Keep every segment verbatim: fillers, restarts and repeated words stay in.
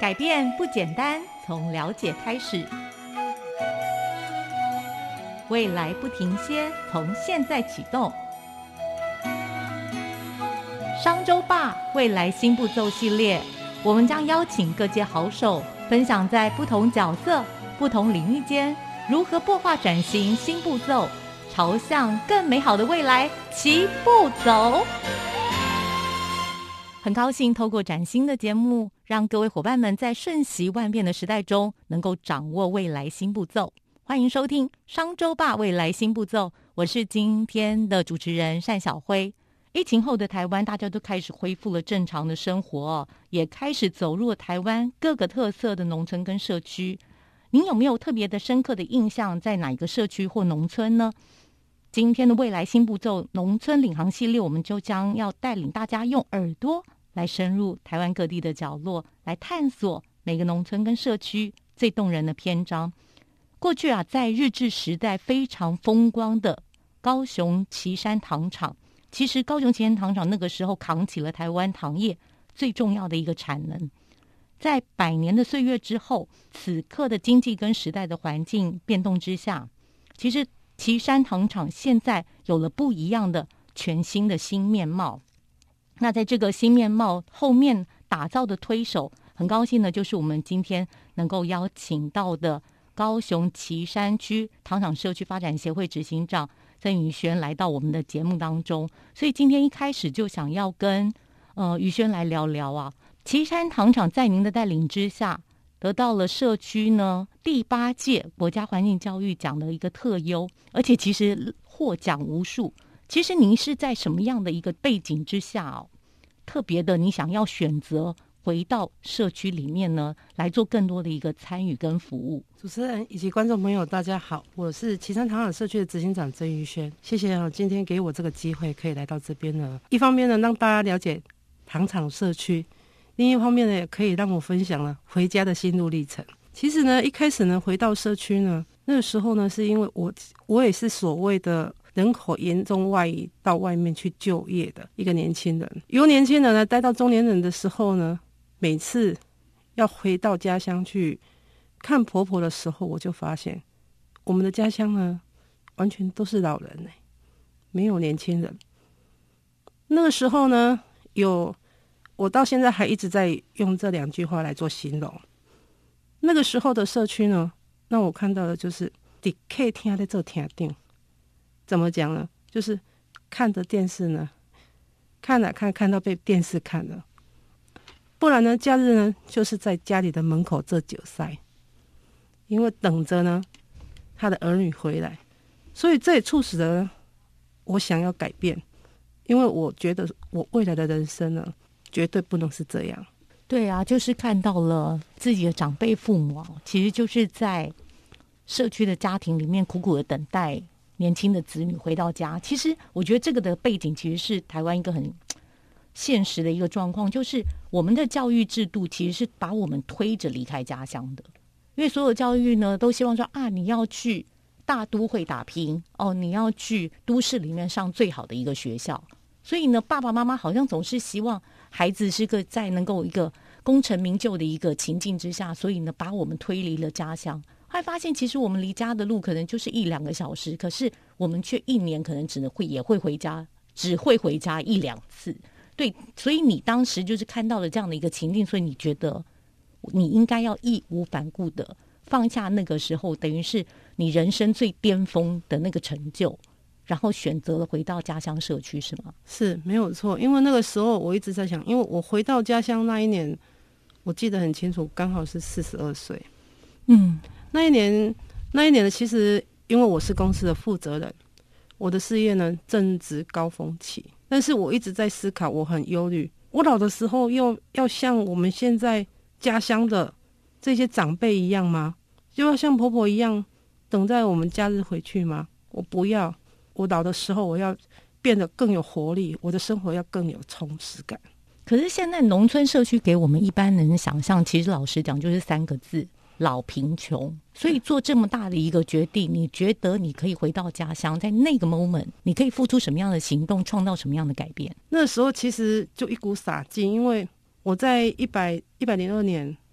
改变不简单，从了解开始。未来不停歇，从现在启动。商周吧未来新步骤系列，我们将邀请各界好手，分享在不同角色、不同领域间如何擘画转型新步骤，朝向更美好的未来齐步走。很高兴透过崭新的节目，让各位伙伴们在瞬息万变的时代中，能够掌握未来新步骤。欢迎收听商周吧未来新步骤，我是今天的主持人单晓辉。疫情后的台湾，大家都开始恢复了正常的生活、哦、也开始走入了台湾各个特色的农村跟社区。您有没有特别的深刻的印象在哪一个社区或农村呢？今天的未来新步骤农村领航系列，我们就将要带领大家用耳朵来深入台湾各地的角落，来探索每个农村跟社区最动人的篇章。过去啊，在日治时代非常风光的高雄旗山糖厂，其实高雄旗山糖厂那个时候扛起了台湾糖业最重要的一个产能。在百年的岁月之后，此刻的经济跟时代的环境变动之下，其实旗山糖厂现在有了不一样的全新的新面貌。那在这个新面貌后面打造的推手，很高兴的就是我们今天能够邀请到的高雄旗山区糖厂社区发展协会执行长曾宇轩来到我们的节目当中。所以今天一开始就想要跟呃宇轩来聊聊啊，旗山糖厂在您的带领之下，得到了社区呢第八届国家环境教育奖的一个特优，而且其实获奖无数。其实您是在什么样的一个背景之下哦，特别的你想要选择回到社区里面呢，来做更多的一个参与跟服务？ 主持人以及观众朋友大家好，我是旗山糖厂社区的执行长曾宇轩。谢谢、哦、今天给我这个机会可以来到这边呢，一方面呢让大家了解糖厂社区，另一方面呢也可以让我分享了回家的心路历程。其实呢一开始呢回到社区呢，那个时候呢是因为我我也是所谓的人口严重外移到外面去就业的一个年轻人。由年轻人呢待到中年人的时候呢，每次要回到家乡去看婆婆的时候，我就发现我们的家乡呢完全都是老人、欸、没有年轻人。那个时候呢，有我到现在还一直在用这两句话来做形容。那个时候的社区呢，让我看到的就是你可以听在这听定。怎么讲呢？就是看着电视呢，看了看看到被电视看了，不然呢假日呢就是在家里的门口做酒塞，因为等着呢他的儿女回来。所以这也促使了我想要改变，因为我觉得我未来的人生呢绝对不能是这样。 对啊，就是看到了自己的长辈父母，其实就是在社区的家庭里面苦苦的等待年轻的子女回到家。其实我觉得这个的背景其实是台湾一个很现实的一个状况，就是我们的教育制度其实是把我们推着离开家乡的。因为所有教育呢都希望说啊，你要去大都会打拼哦，你要去都市里面上最好的一个学校。所以呢爸爸妈妈好像总是希望孩子是个在能够一个功成名就的一个情境之下，所以呢把我们推离了家乡。后来发现其实我们离家的路可能就是一两个小时，可是我们却一年可能只能会也会回家只会回家一两次。对，所以你当时就是看到了这样的一个情境，所以你觉得你应该要义无反顾的放下那个时候等于是你人生最巅峰的那个成就，然后选择了回到家乡社区，是吗？ 是，没有错。因为那个时候我一直在想，因为我回到家乡那一年我记得很清楚，刚好是四十二岁。嗯，那一年那一年呢，其实因为我是公司的负责人，我的事业呢正值高峰期，但是我一直在思考，我很忧虑，我老的时候又要像我们现在家乡的这些长辈一样吗？就要像婆婆一样等在我们假日回去吗？我不要，我老的时候我要变得更有活力，我的生活要更有充实感。 可是现在农村社区给我们一般人想象，其实老实讲就是三个字：老贫穷。所以做这么大的一个决定，你觉得你可以回到家乡，在那个 moment 你可以付出什么样的行动，创造什么样的改变？ 那时候其实就一股傻劲，因为我在一百一百零二年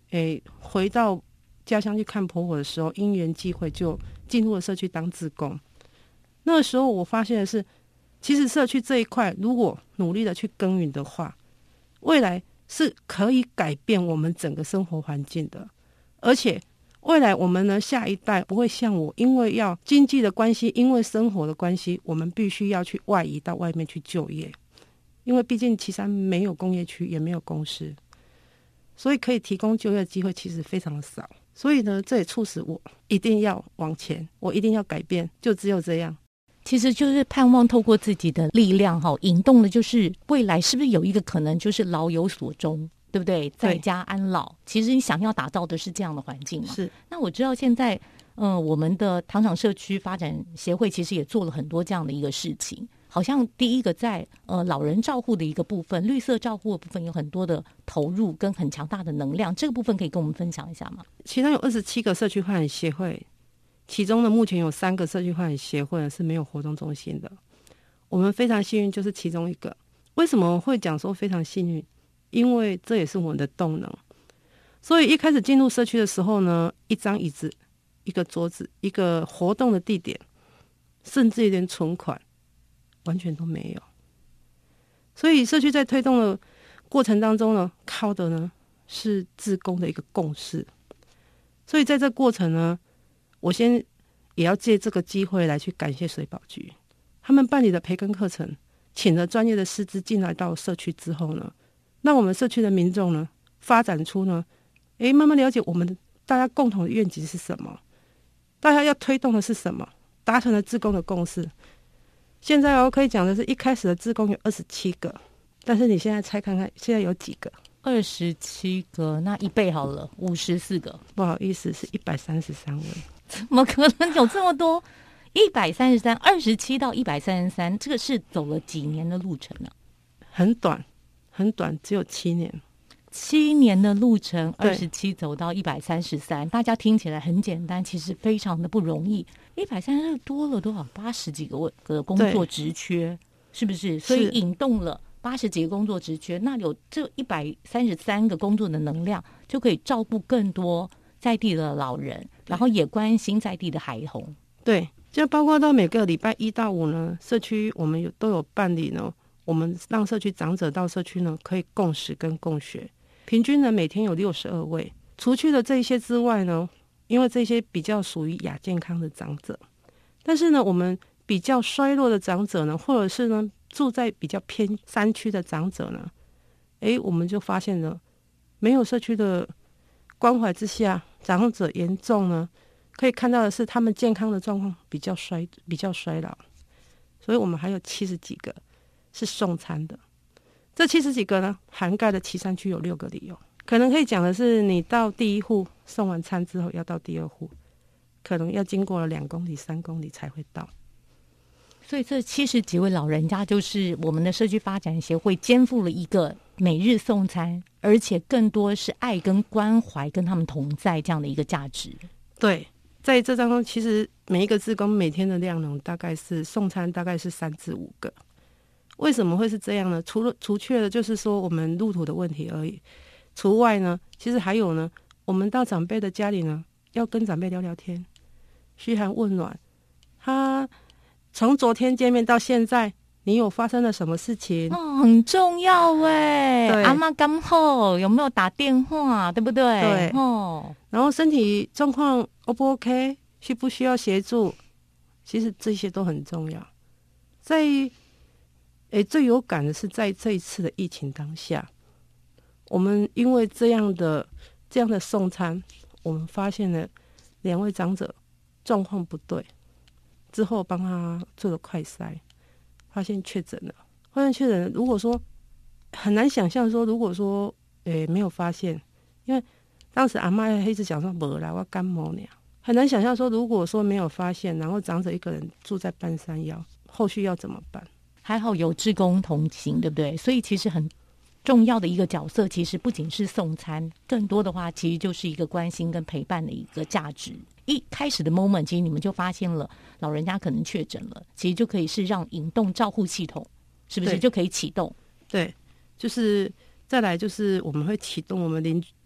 诶回到家乡去看婆婆的时候，因缘际会就进入了社区当志工。那个时候我发现的是，其实社区这一块如果努力的去耕耘的话，未来是可以改变我们整个生活环境的。而且未来我们呢，下一代不会像我，因为要经济的关系，因为生活的关系，我们必须要去外移到外面去就业。因为毕竟旗山没有工业区，也没有公司，所以可以提供就业的机会其实非常的少。所以呢，这也促使我一定要往前，我一定要改变，就只有这样。 其实就是盼望透过自己的力量引动的就是未来是不是有一个可能就是老有所终，对不对？在家安老，其实你想要打造的是这样的环境嘛。 是。 那我知道现在嗯、呃，我们的糖厂社区发展协会其实也做了很多这样的一个事情，好像第一个在呃老人照护的一个部分，绿色照护的部分有很多的投入跟很强大的能量，这个部分可以跟我们分享一下吗？ 其中有二十七个社区发展协会，其中呢目前有三个社区发展协会是没有活动中心的。我们非常幸运，就是其中一个。为什么会讲说非常幸运？因为这也是我们的动能。所以一开始进入社区的时候呢，一张椅子、一个桌子、一个活动的地点，甚至一点存款完全都没有。所以社区在推动的过程当中呢，靠的呢是志工的一个共识。所以在这过程呢，我先也要借这个机会来去感谢水保局，他们办理的培耕课程，请了专业的师资进来到社区之后呢，让我们社区的民众呢发展出呢，诶，慢慢了解我们大家共同的愿景是什么，大家要推动的是什么，达成了志工的共识。现在我可以讲的是，一开始的志工有二十七个，但是你现在猜看看，现在有几个？ 二十七个，那一倍好了，五十四个。 不好意思，是一百三十三位。 怎么可能有这么多？一百三十三，二十七到一百三十三，这个是走了几年的路程呢？ 很短，很短，只有七年。 七年的路程，二十七走到一百三十三，大家听起来很简单，其实非常的不容易。一百三十多了多少？八十几个个工作职缺，是不是？所以引动了八十几个工作职缺，那有这一百三十三个工作的能量，就可以照顾更多在地的老人，然后也关心在地的孩童。 对，就包括到每个礼拜一到五呢，社区我们有都有办理呢，我们让社区长者到社区呢可以共识跟共学。平均呢每天有六十二位，除去了这一些之外呢，因为这些比较属于亚健康的长者，但是呢我们比较衰弱的长者呢，或者是呢住在比较偏山区的长者呢，诶，我们就发现了没有社区的关怀之下，长者严重呢，可以看到的是他们健康的状况比较衰比较衰老，所以我们还有七十几个是送餐的。这七十几个呢，涵盖了旗山区有六个里哦。可能可以讲的是，你到第一户送完餐之后，要到第二户，可能要经过了两公里、三公里才会到。 所以这七十几位老人家，就是我们的社区发展协会肩负了一个每日送餐，而且更多是爱跟关怀跟他们同在这样的一个价值。 对，在这当中，其实每一个志工每天的量能大概是送餐大概是三至五个。为什么会是这样呢？除了除却了就是说我们路途的问题而已，除外呢，其实还有呢，我们到长辈的家里呢，要跟长辈聊聊天，嘘寒问暖。他从昨天见面到现在，你有发生了什么事情？ 哦，很重要哎。阿嬷刚好有没有打电话，对不对？ 对。 哦， 然后身体状况 O 不 OK， 需不需要协助？其实这些都很重要。在诶，最有感的是在这一次的疫情当下，我们因为这样的这样的送餐，我们发现了两位长者状况不对，之后帮他做了快筛，发现确诊了。发现确诊了，如果说很难想象说，如果说诶没有发现，因为当时阿嬷一直讲说没啦，我感冒呢，很难想象说，如果说没有发现，然后长者一个人住在半山腰，后续要怎么办？ 还好有志工同行，对不对？所以其实很重要的一个角色，其实不仅是送餐，更多的话其实就是一个关心跟陪伴的一个价值。一开始的 moment， 其实你们就发现了老人家可能确诊了，其实就可以是让引动照护系统，是不是就可以启动？ 对，就是再来就是我们会启动我们邻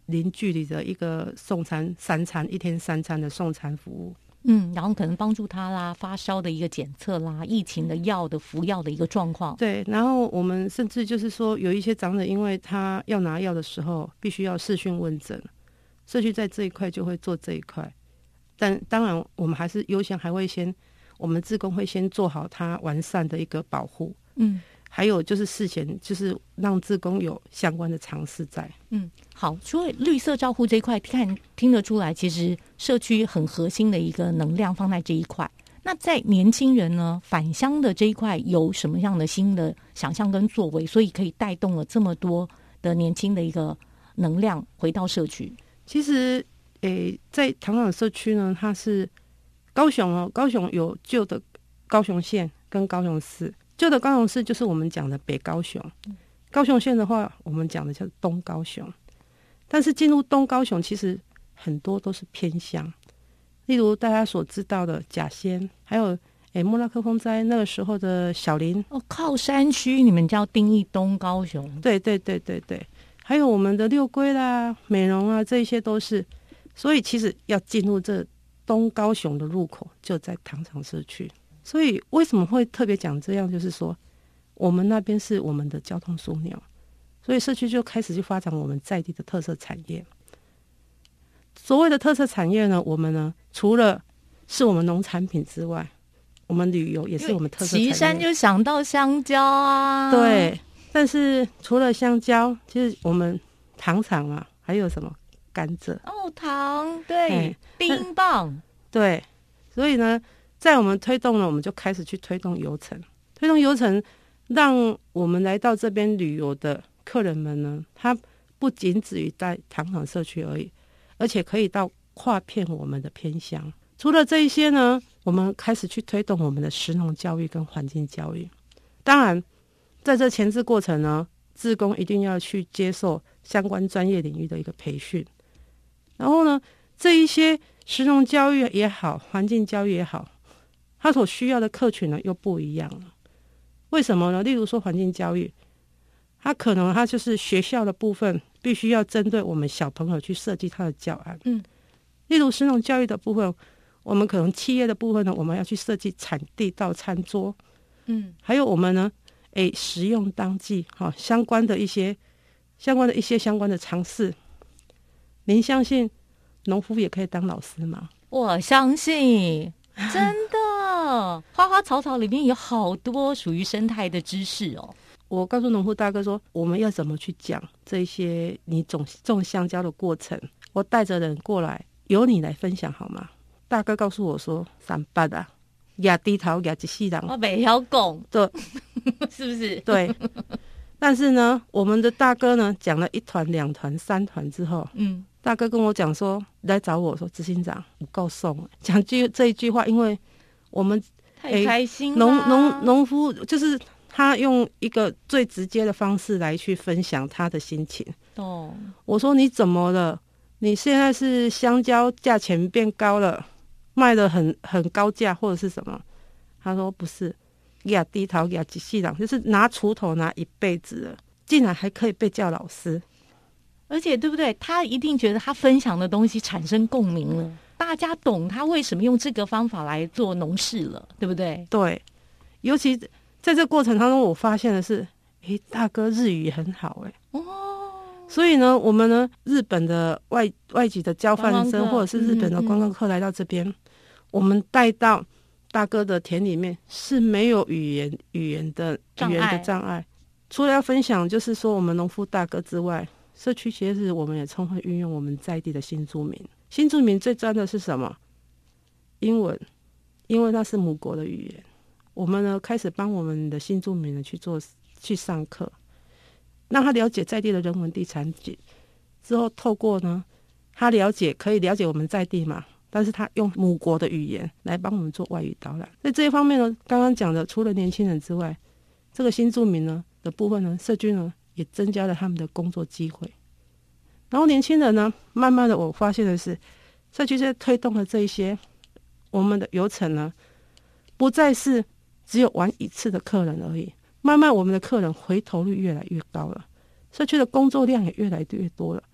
零距离的一个送餐三餐一天三餐的送餐服务。 嗯，然后可能帮助他啦，发烧的一个检测啦，疫情的药的服药的一个状况。 对，然后我们甚至就是说，有一些长者，因为他要拿药的时候，必须要视讯问诊，社区在这一块就会做这一块。但当然，我们还是优先还会先，我们志工会先做好他完善的一个保护。嗯。还有就是事前就是让志工有相关的尝试在。 嗯，好，除了绿色照护这一块，看听得出来，其实社区很核心的一个能量放在这一块。那在年轻人呢返乡的这一块，有什么样的新的想象跟作为，所以可以带动了这么多的年轻的一个能量回到社区？ 其实，诶，在糖厂社区呢，它是高雄哦，高雄有旧的高雄县跟高雄市。旧的高雄市就是我们讲的北高雄，高雄县的话，我们讲的叫东高雄。但是进入东高雄，其实很多都是偏乡，例如大家所知道的甲仙，还有诶莫拉克风灾那个时候的小林哦，靠山区，你们叫定义东高雄？ 对对对对对，还有我们的六龟啦、美容啊，这一些都是。所以其实要进入这东高雄的入口，就在糖厂社区。所以为什么会特别讲这样，就是说我们那边是我们的交通枢纽，所以社区就开始去发展我们在地的特色产业。所谓的特色产业呢，我们呢除了是我们农产品之外，我们旅游也是我们特色产业。 旗山就想到香蕉啊， 对。但是除了香蕉，其实我们糖厂啊，还有什么甘蔗哦，糖，对，冰棒， 对。所以呢，在我们推动呢，我们就开始去推动游程，推动游程，让我们来到这边旅游的客人们呢，他不仅止于在糖厂社区而已，而且可以到跨遍我们的偏乡。除了这一些呢，我们开始去推动我们的食农教育跟环境教育。当然，在这前置过程呢，志工一定要去接受相关专业领域的一个培训。然后呢，这一些食农教育也好，环境教育也好，他所需要的客群呢又不一样了。为什么呢？例如说环境教育，他可能他就是学校的部分必须要针对我们小朋友去设计他的教案。嗯，例如食农教育的部分，我们可能企业的部分呢，我们要去设计产地到餐桌。嗯，还有我们呢，诶，食用当季哈、哦、相关的一些相关的一些相关的尝试。您相信农夫也可以当老师吗？ 我相信，真的，花花草草里面有好多属于生态的知识哦。 我告诉农夫大哥说，我们要怎么去讲这些你种种香蕉的过程，我带着人过来，由你来分享好吗？大哥告诉我说，三八啊，压低头压一世人， 我不晓讲， 对， 是不是？ 对。但是呢，我们的大哥呢讲了一团、两团、三团之后，嗯，大哥跟我讲说，来找我说，执行长不够送，讲句这一句话，因为我们太开心了， 农农农夫就是他用一个最直接的方式来去分享他的心情。哦，我说你怎么了？你现在是香蕉价钱变高了，卖的很很高价或者是什么？他说不是。压低头压一世人，就是拿锄头拿一辈子了，竟然还可以被叫老师， 而且对不对？他一定觉得他分享的东西产生共鸣了，大家懂他为什么用这个方法来做农事了，对不对？ 对，尤其在这过程当中，我发现的是，诶，大哥日语很好、欸，哎，哦，所以呢，我们呢，日本的外外籍的交换生或者是日本的观光客来到这边，嗯嗯我们带到。大哥的田里面是没有语言语言的语言的障碍，除了要分享，就是说我们农夫大哥之外，社区其实我们也充分运用我们在地的新住民。新住民最专的是什么？英文，因为那是母国的语言。我们呢开始帮我们的新住民呢去做去上课，让他了解在地的人文地产景，之后透过呢他了解可以了解我们在地嘛。但是他用母国的语言来帮我们做外语导览，在这一方面呢，刚刚讲的除了年轻人之外，这个新住民呢的部分呢，社区呢也增加了他们的工作机会。然后年轻人呢，慢慢的我发现的是，社区在推动的这一些，我们的游程呢，不再是只有玩一次的客人而已，慢慢我们的客人回头率越来越高了，社区的工作量也越来越多了。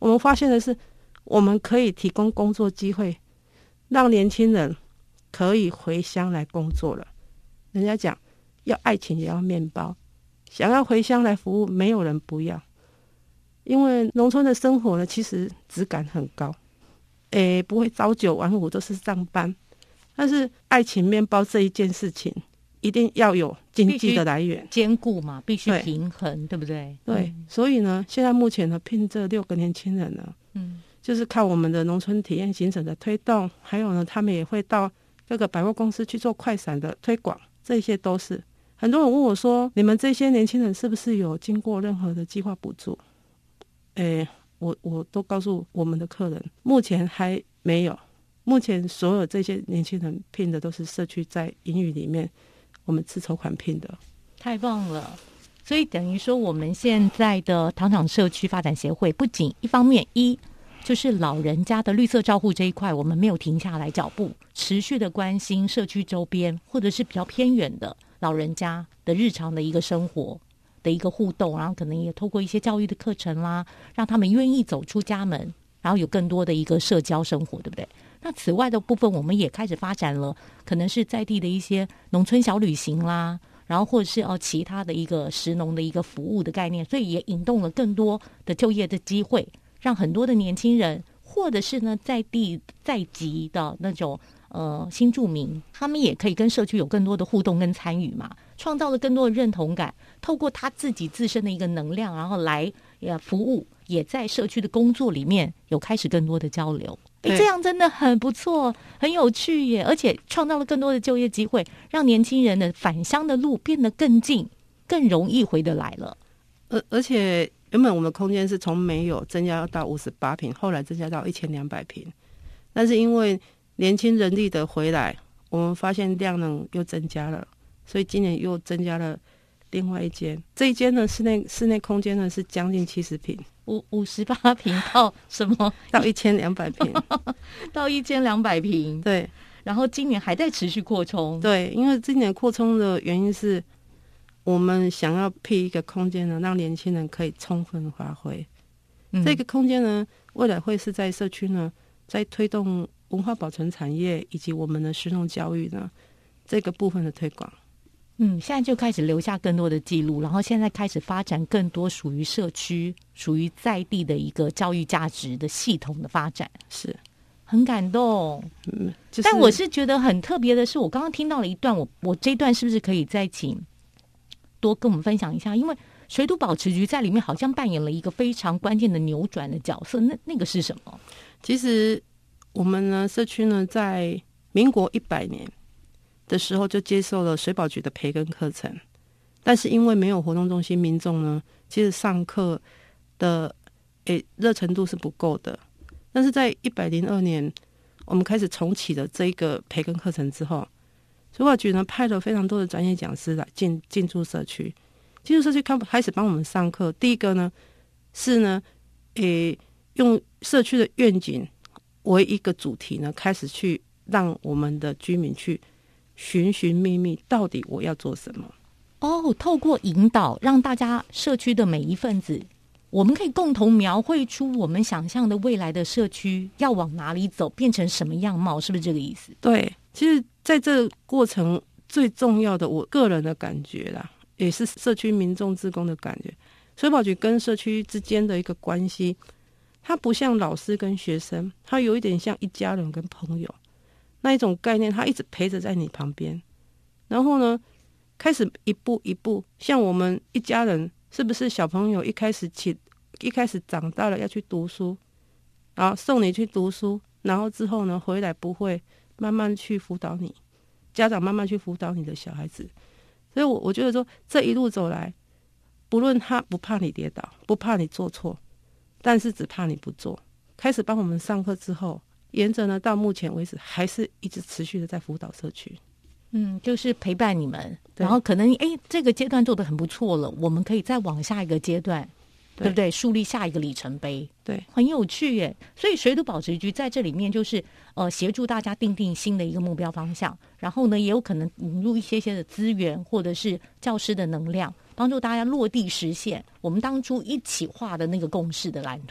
我们发现的是，我们可以提供工作机会，让年轻人可以回乡来工作了。人家讲要爱情也要面包，想要回乡来服务，没有人不要。因为农村的生活呢，其实质感很高，诶，不会朝九晚五都是上班，但是爱情面包这一件事情，一定要有经济的来源， 兼顾嘛，必须平衡， 对, 对不对？ 对、嗯，所以呢，现在目前呢，聘这六个年轻人呢，嗯，就是靠我们的农村体验行程的推动，还有呢，他们也会到各个百货公司去做快闪的推广，这些都是。很多人问我说，你们这些年轻人是不是有经过任何的计划补助？诶，我我都告诉我们的客人，目前还没有。目前所有这些年轻人聘的都是社区在营语里面我们自筹款聘的。 太棒了！所以等于说，我们现在的糖厂社区发展协会，不仅一方面一就是老人家的绿色照护这一块，我们没有停下来脚步，持续的关心社区周边或者是比较偏远的老人家的日常的一个生活的一个互动，然后可能也透过一些教育的课程啦，让他们愿意走出家门，然后有更多的一个社交生活，对不对？那此外的部分，我们也开始发展了，可能是在地的一些农村小旅行啦，然后或者是哦其他的一个食农的一个服务的概念，所以也引动了更多的就业的机会，让很多的年轻人或者是呢在地在籍的那种呃新住民，他们也可以跟社区有更多的互动跟参与嘛，创造了更多的认同感，透过他自己自身的一个能量，然后来呃服务，也在社区的工作里面有开始更多的交流。哎，这样真的很不错，很有趣耶！而且创造了更多的就业机会，让年轻人的返乡的路变得更近，更容易回得来了。 而而且原本我们的空间是从没有增加到五十八坪，后来增加到一千两百坪，但是因为年轻人力的回来，我们发现量能又增加了，所以今年又增加了另外一间。这一间呢，室内室内空间呢是将近七十坪。 五五十八坪到什么？ 到一千两百坪， 到一千两百坪。 对， 然后今年还在持续扩充。 对，因为今年扩充的原因是，我们想要辟一个空间呢，让年轻人可以充分发挥。嗯、这个空间呢，未来会是在社区呢，在推动文化保存产业以及我们的食农教育呢这个部分的推广。 嗯，现在就开始留下更多的记录，然后现在开始发展更多属于社区、属于在地的一个教育价值的系统的发展， 是很感动。嗯，就是、但我是觉得很特别的是，我刚刚听到了一段，我我这一段是不是可以再请多跟我们分享一下？因为水土保持局在里面好像扮演了一个非常关键的扭转的角色，那那个是什么？ 其实我们呢，社区呢，在民国一百年。的时候就接受了水保局的培耕课程，但是因为没有活动中心，民众呢其实上课的诶热程度是不够的。但是在一百零二年，我们开始重启了这个培耕课程之后，水保局呢派了非常多的专业讲师来进进驻社区，进驻社区开始帮我们上课。第一个呢是呢，诶用社区的愿景为一个主题呢，开始去让我们的居民去。寻寻觅觅，到底我要做什么？ 哦，透过引导，让大家社区的每一份子，我们可以共同描绘出我们想象的未来的社区要往哪里走，变成什么样貌，是不是这个意思？ 对，其实在这个过程最重要的，我个人的感觉啦，也是社区民众志工的感觉。水保局跟社区之间的一个关系，它不像老师跟学生，它有一点像一家人跟朋友。那一种概念，他一直陪着在你旁边，然后呢，开始一步一步，像我们一家人，是不是小朋友一开始起，一开始长大了要去读书，然后送你去读书，然后之后呢回来不会，慢慢去辅导你，家长慢慢去辅导你的小孩子，所以我我觉得说这一路走来，不论他不怕你跌倒，不怕你做错，但是只怕你不做。开始帮我们上课之后。沿着呢，到目前为止还是一直持续的在辅导社区， 嗯，就是陪伴你们，然后可能哎，这个阶段做得很不错了，我们可以再往下一个阶段， 对, 对不对？树立下一个里程碑， 对， 很有趣耶。所以水土保持局在这里面就是呃协助大家定定新的一个目标方向，然后呢，也有可能引入一些些的资源或者是教师的能量，帮助大家落地实现我们当初一起画的那个共识的蓝图。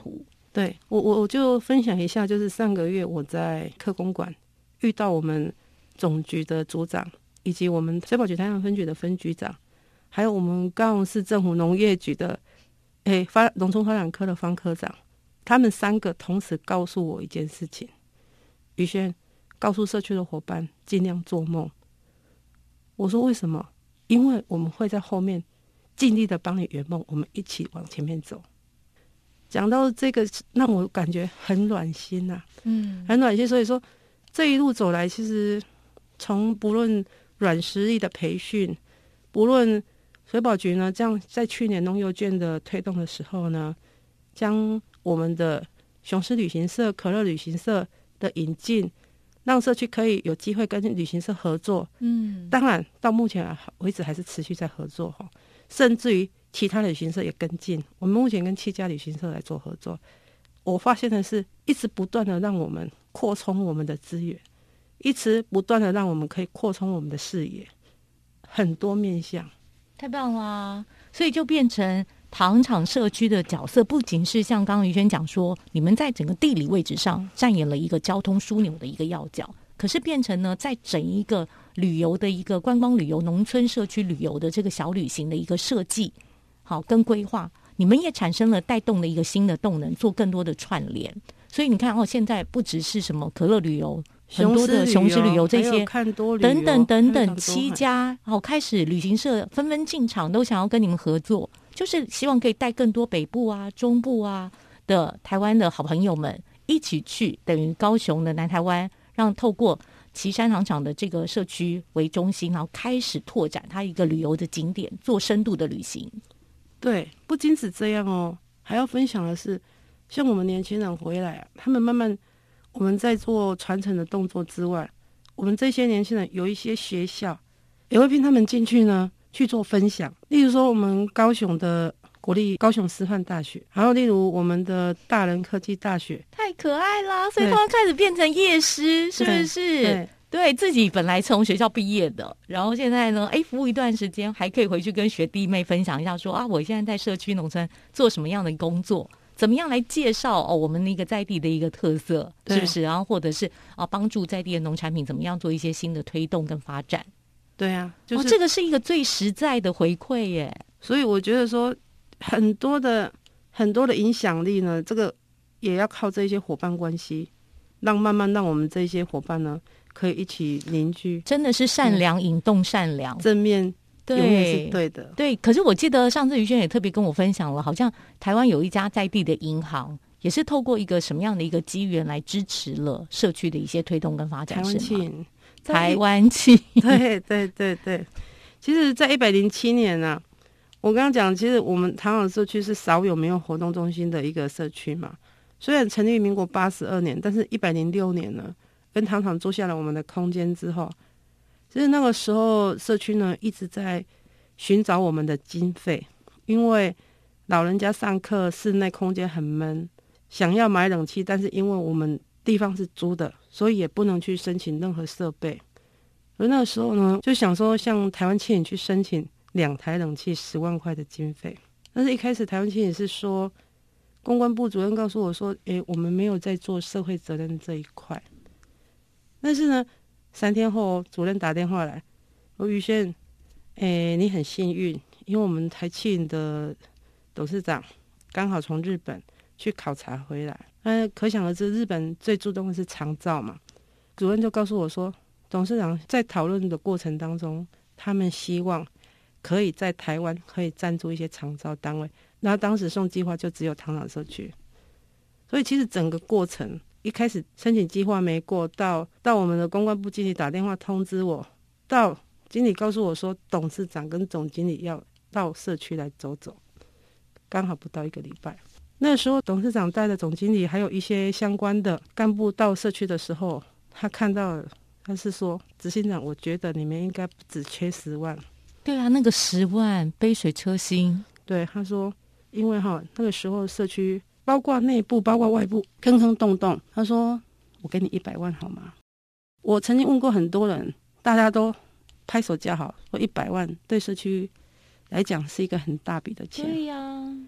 对，我我我就分享一下，就是上个月我在科公馆遇到我们总局的组长，以及我们水保局台南分局的分局长，还有我们高雄市政府农业局的诶发农村发展科的方科长，他们三个同时告诉我一件事情：宇轩，告诉社区的伙伴尽量做梦。我说为什么？因为我们会在后面尽力的帮你圆梦，我们一起往前面走。讲到这个，让我感觉很暖心啊，嗯，很暖心。所以说，这一路走来，其实从不论软实力的培训，不论水保局呢，这样在去年农游券的推动的时候呢，将我们的雄狮旅行社、可乐旅行社的引进，让社区可以有机会跟旅行社合作。嗯，当然到目前为止还是持续在合作哈，甚至于其他的旅行社也跟进。我们目前跟七家旅行社来做合作，我发现的是一直不断的让我们扩充我们的资源，一直不断的让我们可以扩充我们的视野，很多面向。 太棒啦！所以就变成糖厂社区的角色，不仅是像刚刚于轩讲说，你们在整个地理位置上扮演了一个交通枢纽的一个要角，可是变成呢，在整一个旅游的一个观光旅游、农村社区旅游的这个小旅行的一个设计，好跟规划，你们也产生了带动的一个新的动能，做更多的串联。所以你看哦，现在不只是什么可乐旅游。很多的雄狮旅游这些等等等等七家好开始旅行社纷纷进场，都想要跟你们合作，就是希望可以带更多北部啊、中部啊的台湾的好朋友们一起去，等于高雄的南台湾，让透过旗山糖厂的这个社区为中心，然后开始拓展它一个旅游的景点，做深度的旅行。 对，不仅止这样哦，还要分享的是，像我们年轻人回来啊，他们慢慢。我们在做传承的动作之外，我们这些年轻人有一些学校也会聘他们进去呢，去做分享。例如说，我们高雄的国立高雄师范大学，还有例如我们的大人科技大学， 太可爱啦！所以他们开始变成业师，是不是？对，对自己本来从学校毕业的，然后现在呢，哎，服务一段时间，还可以回去跟学弟妹分享一下说，说啊，我现在在社区农村做什么样的工作。怎么样来介绍哦？我们那个在地的一个特色，是不是？然后或者是啊，帮助在地的农产品怎么样做一些新的推动跟发展？ 对啊，就是、 哦、这个是一个最实在的回馈耶。 所以我觉得说，很多的很多的影响力呢，这个也要靠这些伙伴关系，让慢慢让我们这些伙伴呢，可以一起凝聚。 真的是善良引动善良， 正面。永远是对的， 对。可是我记得上次于轩也特别跟我分享了，好像台湾有一家在地的银行，也是透过一个什么样的一个机缘来支持了社区的一些推动跟发展。 台湾企银， 台湾企银， 对对对对。其实，在一百零七年啊，我刚刚讲，其实我们糖厂社区是少有没有活动中心的一个社区嘛。虽然成立于民国八十二年，但是一百零六年呢，跟糖厂租下了我们的空间之后。其实那个时候，社区呢一直在寻找我们的经费，因为老人家上课室内空间很闷，想要买冷气，但是因为我们地方是租的，所以也不能去申请任何设备。而那个时候呢，就想说向台湾企银去申请两台冷气十万块的经费，但是一开始台湾企银是说，公关部主任告诉我说，诶，我们没有在做社会责任这一块。但是呢。三天后，主任打电话来，说于轩，诶，你很幸运，因为我们台企银的董事长刚好从日本去考察回来。那可想而知，日本最注重的是长照嘛。主任就告诉我说，董事长在讨论的过程当中，他们希望可以在台湾可以赞助一些长照单位。然后当时送计划就只有糖厂社区，所以其实整个过程。一开始申请计划没过，到到我们的公关部经理打电话通知我，到经理告诉我说董事长跟总经理要到社区来走走，刚好不到一个礼拜。那时候董事长带着总经理还有一些相关的干部到社区的时候，他看到了，他是说执行长，我觉得你们应该不只缺十万。 对啊，那个十万杯水车薪。 对，他说因为哈那个时候社区包括内部包括外部坑坑洞洞，他说我给你一百万好吗？我曾经问过很多人，大家都拍手叫好，说一百万对社区来讲是一个很大笔的钱。 对呀、啊，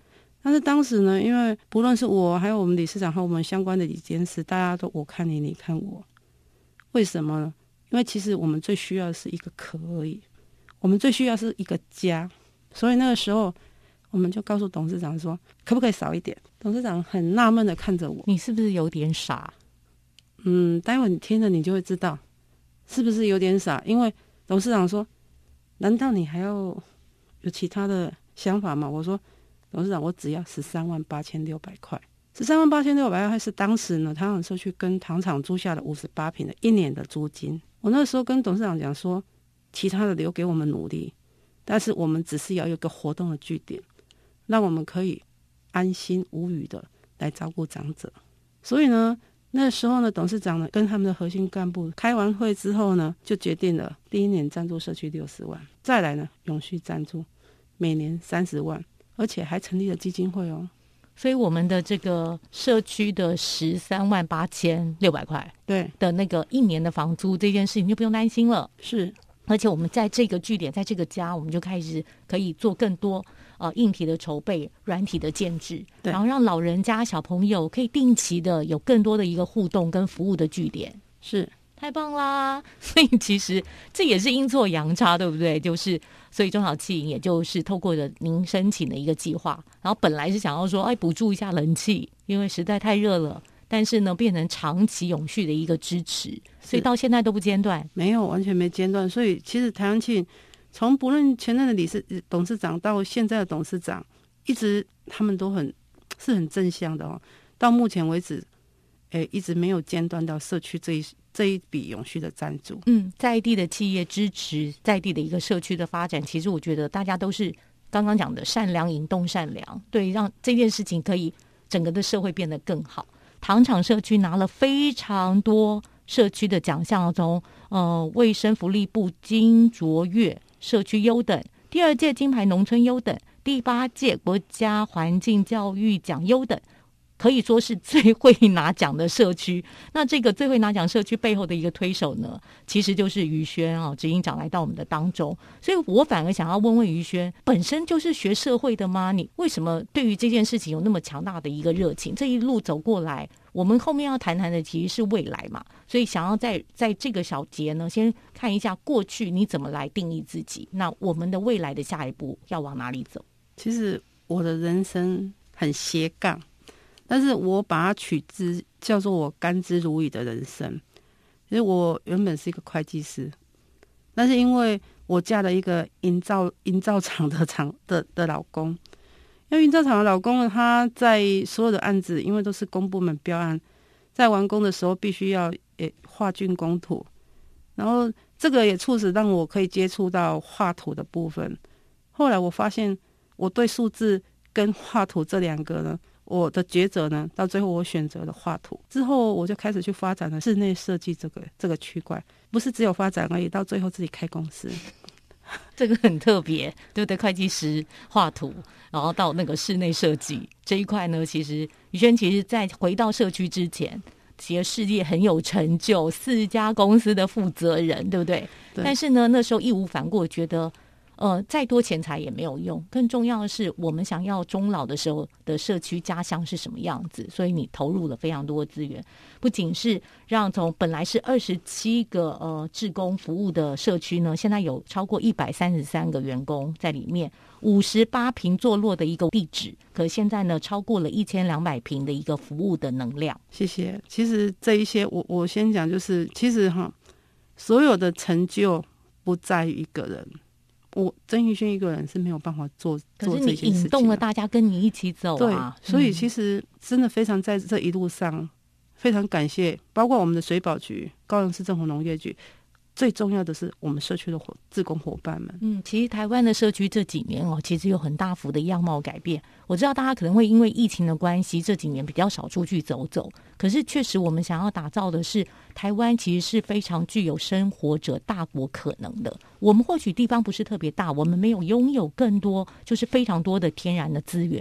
但是当时呢，因为不论是我还有我们理事长和我们相关的理监事，大家都我看你，你看我。为什么呢？因为其实我们最需要的是一个壳而已，我们最需要是一个家。所以那个时候我们就告诉董事长说，可不可以少一点？董事长很纳闷的看着我， 你是不是有点傻？ 嗯，待会你听了你就会知道是不是有点傻。因为董事长说，难道你还要有其他的想法吗？我说，董事长，我只要十三万八千六百块。十三万八千六百块是当时呢糖厂社区跟糖厂租下的五十八坪的一年的租金。我那时候跟董事长讲说，其他的留给我们努力，但是我们只是要有一个活动的据点，让我们可以安心无虞的来照顾长者。所以呢，那时候呢，董事长呢跟他们的核心干部开完会之后呢，就决定了第一年赞助社区六十万，再来呢永续赞助每年三十万，而且还成立了基金会哦。 所以我们的这个社区的十三万八千六百块， 对的那个一年的房租这件事情就不用担心了。 是， 而且我们在这个据点，在这个家，我们就开始可以做更多呃硬体的筹备、软体的建制，然后让老人家、小朋友可以定期的有更多的一个互动跟服务的据点。 是。 太棒啦！所以其实这也是阴错阳差，对不对？就是所以中小企业也就是透过了您申请的一个计划，然后本来是想要说，哎，补助一下冷气，因为实在太热了，但是呢，变成长期永续的一个支持，所以到现在都不间断， 没有完全没间断。所以其实台湾企业从不论前任的理事董事长到现在的董事长，一直他们都很是很正向的哦。到目前为止，哎，一直没有间断到社区这一。这一笔永续的赞助， 嗯，在地的企业支持在地的一个社区的发展，其实我觉得大家都是刚刚讲的善良引动善良，对，让这件事情可以整个的社会变得更好。糖厂社区拿了非常多社区的奖项，从呃卫生福利部金卓越社区优等，第二届金牌农村优等，第八届国家环境教育奖优等。可以说是最会拿奖的社区。那这个最会拿奖社区背后的一个推手呢，其实就是于轩啊，执行长来到我们的当中。所以我反而想要问问于轩，本身就是学社会的吗？你为什么对于这件事情有那么强大的一个热情？这一路走过来，我们后面要谈谈的其实是未来嘛。所以想要在在这个小节呢，先看一下过去你怎么来定义自己，那我们的未来的下一步要往哪里走？ 其实我的人生很斜杠。但是我把它取之叫做我甘之如饴的人生。其实我原本是一个会计师，但是因为我嫁了一个营造营造厂的厂的的老公，因为营造厂的老公呢，他在所有的案子，因为都是公部门标案，在完工的时候必须要诶画竣工图，然后这个也促使让我可以接触到画图的部分。后来我发现我对数字跟画图这两个呢，我的抉择呢，到最后我选择了画图。之后我就开始去发展了室内设计这个这个区块，不是只有发展而已，到最后自己开公司。 这个很特别，对不对？会计师画图，然后到那个室内设计这一块呢，其实于轩其实在回到社区之前，其实事业很有成就，四家公司的负责人，对不对？ 对。 但是呢，那时候义无反顾，觉得呃，再多钱财也没有用，更重要的是我们想要终老的时候的社区家乡是什么样子，所以你投入了非常多的资源，不仅是让从本来是二十七个呃志工服务的社区呢，现在有超过一百三十三个员工在里面，五十八坪坐落的一个地址，可现在呢超过了一千两百坪的一个服务的能量。 谢谢。其实这一些我我先讲，就是其实哈，所有的成就不在于一个人。我曾玉轩一个人是没有办法做做这些事情，可是你引动了大家跟你一起走啊。 对，所以其实真的非常在这一路上非常感谢，包括我们的水保局、高雄市政府农业局，最重要的是我们社区的伙志工伙伴们。 嗯，其实台湾的社区这几年哦，其实有很大幅的样貌改变。我知道大家可能会因为疫情的关系，这几年比较少出去走走，可是确实我们想要打造的是台湾其实是非常具有生活者大国可能的。我们或许地方不是特别大，我们没有拥有更多就是非常多的天然的资源，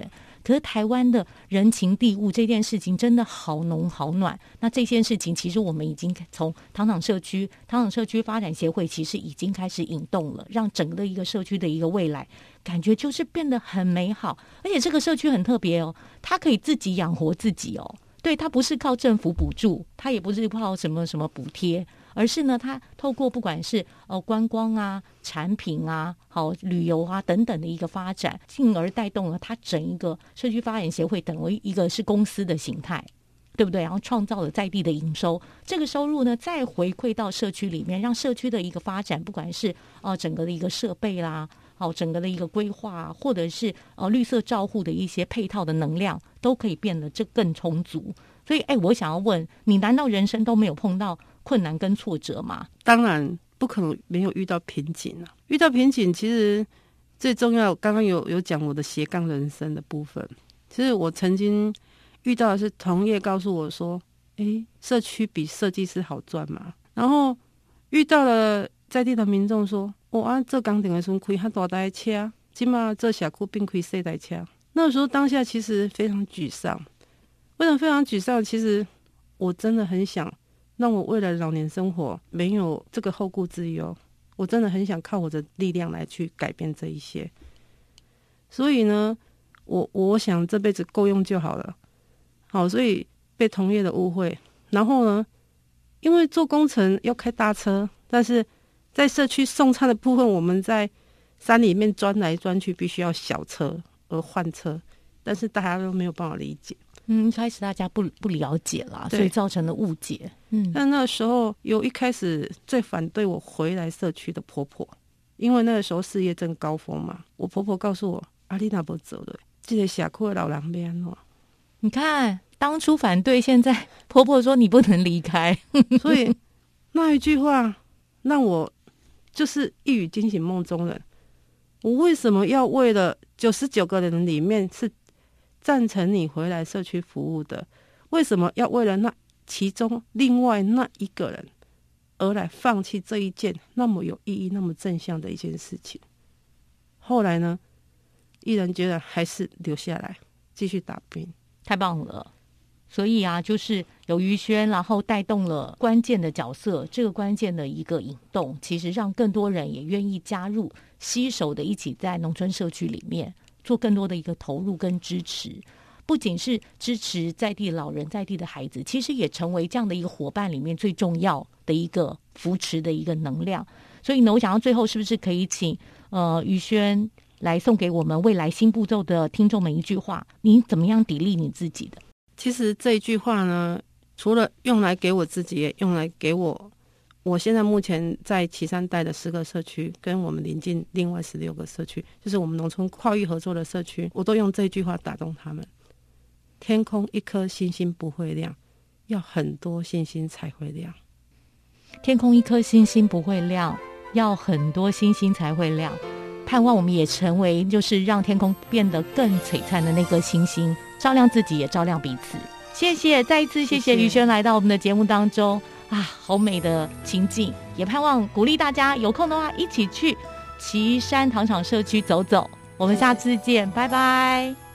可是台湾的人情地物这件事情真的好浓好暖。那这件事情其实我们已经从糖厂社区糖厂社区发展协会其实已经开始引动了，让整个的一个社区的一个未来感觉就是变得很美好。而且这个社区很特别哦，它可以自己养活自己哦。对，它不是靠政府补助，它也不是靠什么什么补贴，而是呢，它透过不管是呃观光啊、产品啊、好旅游啊等等的一个发展，进而带动了它整一个社区发展协会等为一个是公司的形态，对不对？然后创造了在地的营收，这个收入呢再回馈到社区里面，让社区的一个发展，不管是呃整个的一个设备啦。好，整个的一个规划，或者是呃绿色照护的一些配套的能量，都可以变得这更充足。所以，哎，我想要问你，难道人生都没有碰到困难跟挫折吗？ 当然不可能没有遇到瓶颈啊！遇到瓶颈，其实最重要，刚刚有有讲我的斜杠人生的部分。其实我曾经遇到的是同业告诉我说：“哎，社区比设计师好赚嘛。”然后遇到了在地的民众说。我按做工程的时候开很大台车，现在做社区变开小台车。那时候当下其实非常沮丧，为什么非常沮丧？其实我真的很想让我未来的老年生活没有这个后顾之忧，我真的很想靠我的力量来去改变这一些。所以呢，我我想这辈子够用就好了。好，所以被同业的误会，然后呢，因为做工程要开大车，但是在社区送餐的部分，我们在山里面钻来钻去，必须要小车而换车，但是大家都没有办法理解。 嗯，一开始大家不不了解啦，所以造成了误解。嗯， 但那时候有一开始最反对我回来社区的婆婆，因为那个时候事业正高峰嘛。我婆婆告诉我：“阿丽娜不走了，这个社区的老人要安怎？” 你看，当初反对，现在婆婆说你不能离开， 所以那一句话让我。就是一语惊醒梦中人，我为什么要为了九十九个人里面是赞成你回来社区服务的，为什么要为了那其中另外那一个人而来放弃这一件那么有意义、那么正向的一件事情？后来呢，毅然决然还是留下来继续打拼。 太棒了！所以啊，就是有于轩，然后带动了关键的角色，这个关键的一个引动，其实让更多人也愿意加入，携手的一起在农村社区里面做更多的一个投入跟支持。不仅是支持在地的老人、在地的孩子，其实也成为这样的一个伙伴里面最重要的一个扶持的一个能量。所以呢，我想到最后是不是可以请呃于轩来送给我们未来新步骤的听众们一句话，你怎么样砥砺你自己的？ 其实这一句话呢，除了用来给我自己，也用来给我我现在目前在旗山带的十个社区，跟我们邻近另外十六个社区，就是我们农村跨域合作的社区，我都用这句话打动他们。天空一颗星星不会亮，要很多星星才会亮。 天空一颗星星不会亮，要很多星星才会亮。盼望我们也成为就是让天空变得更璀璨的那颗星星，照亮自己也照亮彼此。谢谢，再一次谢谢于轩来到我们的节目当中啊，好美的情景，也盼望鼓励大家有空的话一起去旗山糖厂社区走走。我们下次见，拜拜。